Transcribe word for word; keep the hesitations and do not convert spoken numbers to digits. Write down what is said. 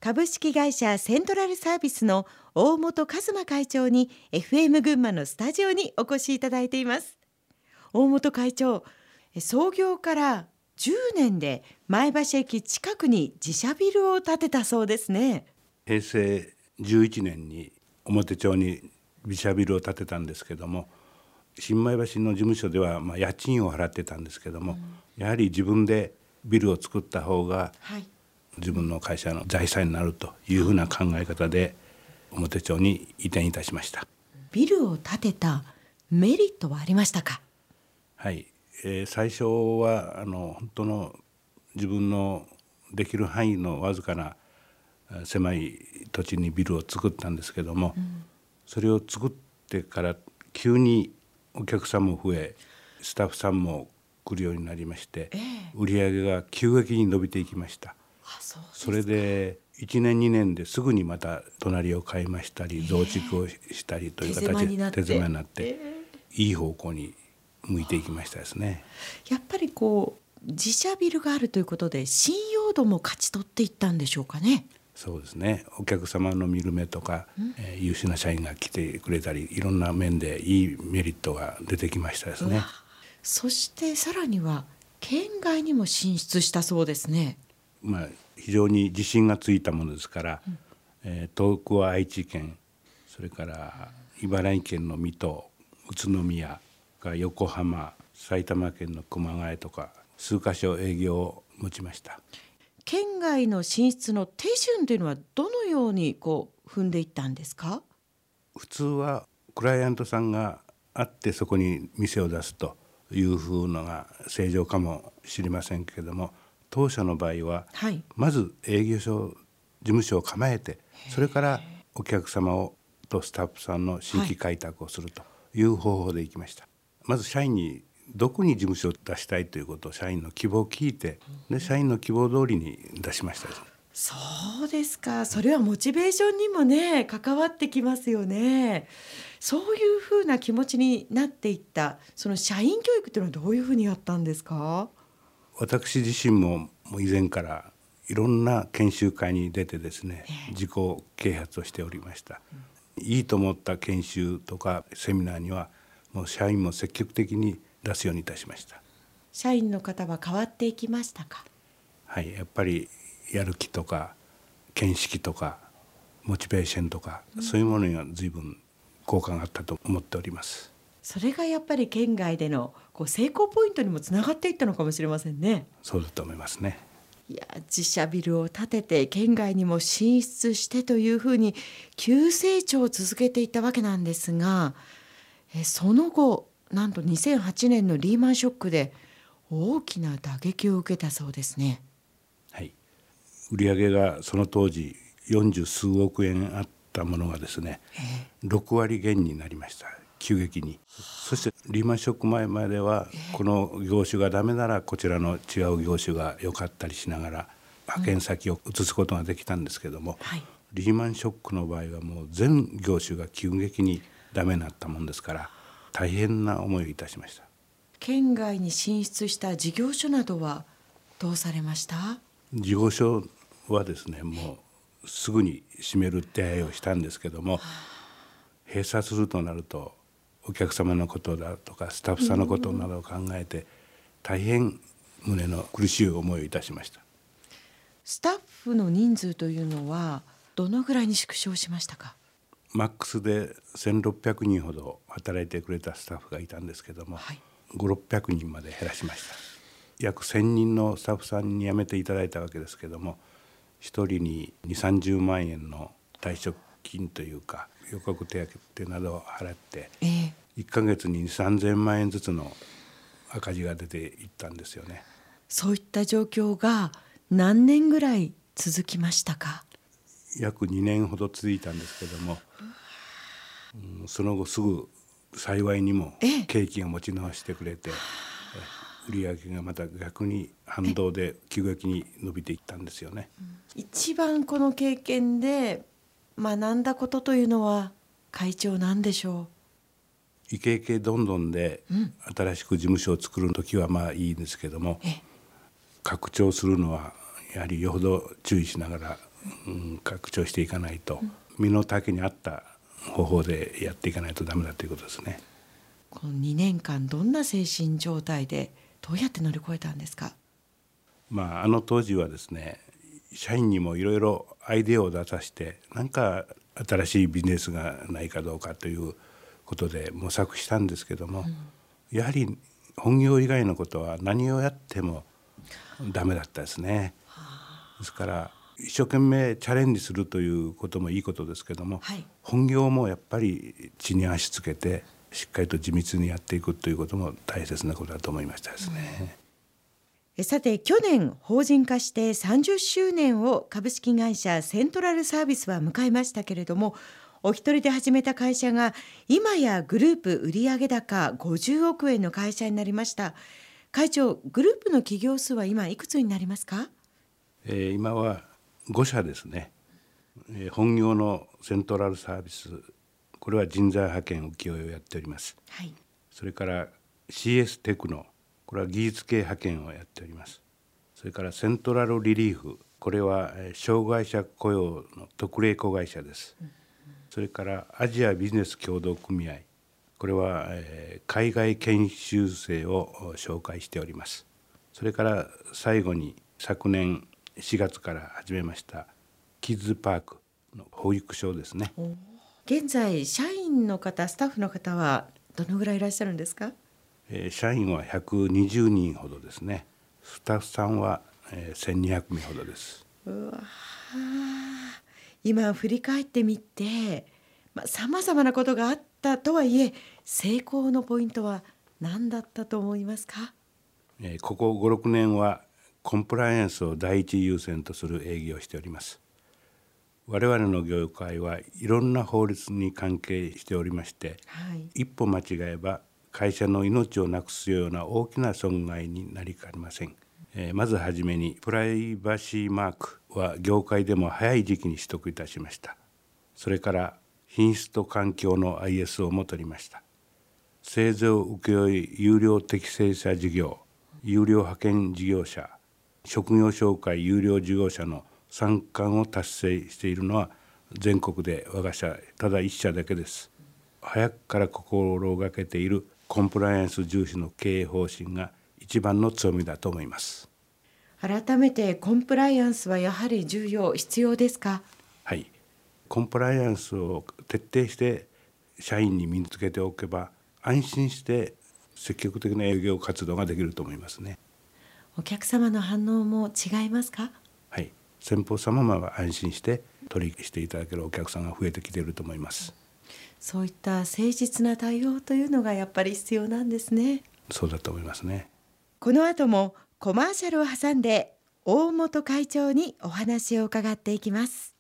株式会社セントラルサービスの大本和馬会長に エフエム 群馬のスタジオにお越しいただいています。大本会長、創業からじゅうねんで前橋駅近くに自社ビルを建てたそうですね。 平成じゅういちねんに表町に自社ビルを建てたんですけども、新米橋の事務所ではまあ家賃を払ってたんですけども、うん、やはり自分でビルを作った方が、はい、自分の会社の財産になるというふうな考え方で表町に移転いたしました。 ビルを建てたメリットはありましたか？ はい、えー、最初はあの本当の自分のできる範囲のわずかな狭い土地にビルを作ったんですけども、うん、それを作ってから急にお客さんも増え、スタッフさんも来るようになりまして、えー、売り上げが急激に伸びていきました。 あ、そうですか。 それでいちねんにねんですぐにまた隣を買いましたり、増築をしたりという形で手狭になって、えー、いい方向に向いていきましたですね。 やっぱりこう自社ビルがあるということで信用度も勝ち取っていったんでしょうかね。 そうですね。お客様の見る目とか、えー、優秀な社員が来てくれたり、いろんな面でいいメリットが出てきましたですね。 そしてさらには県外にも進出したそうですね。 まあ、非常に自信がついたものですから、うんえー、東北は愛知県、それから茨城県の水戸、宇都宮、横浜、埼玉県の熊谷とか数カ所営業を持ちました。 県外の進出の手順というのはどのようにこう踏んでいったんですか？ 普通はクライアントさんがあってそこに店を出すというふうのが正常かもしれませんけれども、当社の場合は、はい、まず営業所事務所を構えて、それからお客様をとスタッフさんの新規開拓をするという方法でいきました。はい、まず社員にどこに事務所を出したいということを社員の希望を聞いて、で社員の希望通りに出しましたです。 そうですか。それはモチベーションにもね関わってきますよね。そういうふうな気持ちになっていったその社員教育というのはどういうふうにやったんですか？ 私自身も以前からいろんな研修会に出てですね、えー、自己啓発をしておりました。うん、いいと思った研修とかセミナーにはもう社員も積極的に出すようにいたしました。 社員の方は変わっていきましたか？ はい、やっぱりやる気とか見識とかモチベーションとか、うん、そういうものには随分効果があったと思っております。 それがやっぱり県外でのこう成功ポイントにもつながっていったのかもしれませんね。 そうだと思いますね。 いや、自社ビルを建てて県外にも進出してというふうに急成長を続けていったわけなんですが、えその後なんとにせんはちねんのリーマンショックで大きな打撃を受けたそうですね。 はい、売上がその当時よんじゅうすう億円あったものがですね、ろくわり減になりました。急激に。そしてリーマンショック前まではこの業種がダメならこちらの違う業種が良かったりしながら派遣先を移すことができたんですけども、うんはい、リーマンショックの場合はもう全業種が急激にダメになったもんですから大変な思いをいたしました。 県外に進出した事業所などはどうされました？ 事業所はですね、もうすぐに閉める手配をしたんですけども、閉鎖するとなるとお客様のことだとかスタッフさんのことなどを考えて大変胸の苦しい思いをいたしました。 スタッフの人数というのはどのぐらいに縮小しましたか？ マックスでせんろっぴゃくにんほど働いてくれたスタッフがいたんですけども、はい、ごひゃくろっぴゃくにんまで減らしました。約せんにんのスタッフさんに辞めていただいたわけですけども、ひとりににじゅう、さんじゅうまんえんの退職金というか予告手当などを払って、えー、いっかげつにさんぜんまんえんずつの赤字が出ていったんですよね。 そういった状況が何年ぐらい続きましたか？ 約にねんほど続いたんですけども、うん、その後すぐ幸いにも景気が持ち直してくれて、売り上げがまた逆に反動で急激に伸びていったんですよね。 一番この経験で学んだことというのは会長なんでしょう？イケイケどんどんで新しく事務所を作る時はまあいいんですけども、拡張するのはやはりよほど注意しながらうん、拡張していかないと、身の丈に合った方法でやっていかないとダメだということですね。 このにねんかんどんな精神状態でどうやって乗り越えたんですか？ まあ、あの当時はですね、社員にもいろいろアイデアを出させて、何か新しいビジネスがないかどうかということで模索したんですけども、うん、やはり本業以外のことは何をやってもダメだったですね。ですから一生懸命チャレンジするということもいいことですけども、はい、本業もやっぱり地に足つけてしっかりと地道にやっていくということも大切なことだと思いましたですね。 うん、さて去年法人化してさんじゅっしゅうねんを株式会社セントラルサービスは迎えましたけれども、お一人で始めた会社が今やグループ売上高ごじゅうおくえんの会社になりました。会長、グループの企業数は今いくつになりますか？ えー、今はごしゃですね。えー、本業のセントラルサービス、これは人材派遣請負をやっております。はい、それから シーエス テクノ、これは技術系派遣をやっております。それからセントラルリリーフ、これは障害者雇用の特例子会社です。うん、それからアジアビジネス協同組合、これは海外研修生を紹介しております。それから最後に昨年しがつから始めましたキッズパークの保育所ですね。 現在社員の方、スタッフの方はどのぐらいいらっしゃるんですか？ えー、社員はひゃくにじゅうにんほどですね。スタッフさんは、えー、せんにひゃくめいほどです。 うわ、今振り返ってみて、さまざまなことがあったとはいえ、成功のポイントは何だったと思いますか？ えー、ここご、ろくねんはコンプライアンスを第一優先とする営業をしております。我々の業界はいろんな法律に関係しておりまして、はい、一歩間違えば会社の命をなくすような大きな損害になりかねません。えー、まずはじめにプライバシーマークは業界でも早い時期に取得いたしました。それから品質と環境の アイエスオー も取りました。製造請負有料適正者事業、有料派遣事業者、職業紹介有料事業者のさん冠を達成しているのは全国で我が社ただ一社だけです。早くから心がけているコンプライアンス重視の経営方針が一番の強みだと思います。 改めてコンプライアンスはやはり重要、必要ですか？ はい、コンプライアンスを徹底して社員に身につけておけば安心して積極的な営業活動ができると思いますね。 お客様の反応も違いますか？ はい、先方様は安心して取引していただけるお客さんが増えてきていると思います。 そういった誠実な対応というのがやっぱり必要なんですね。 そうだと思いますね。 この後もコマーシャルを挟んで大本会長にお話を伺っていきます。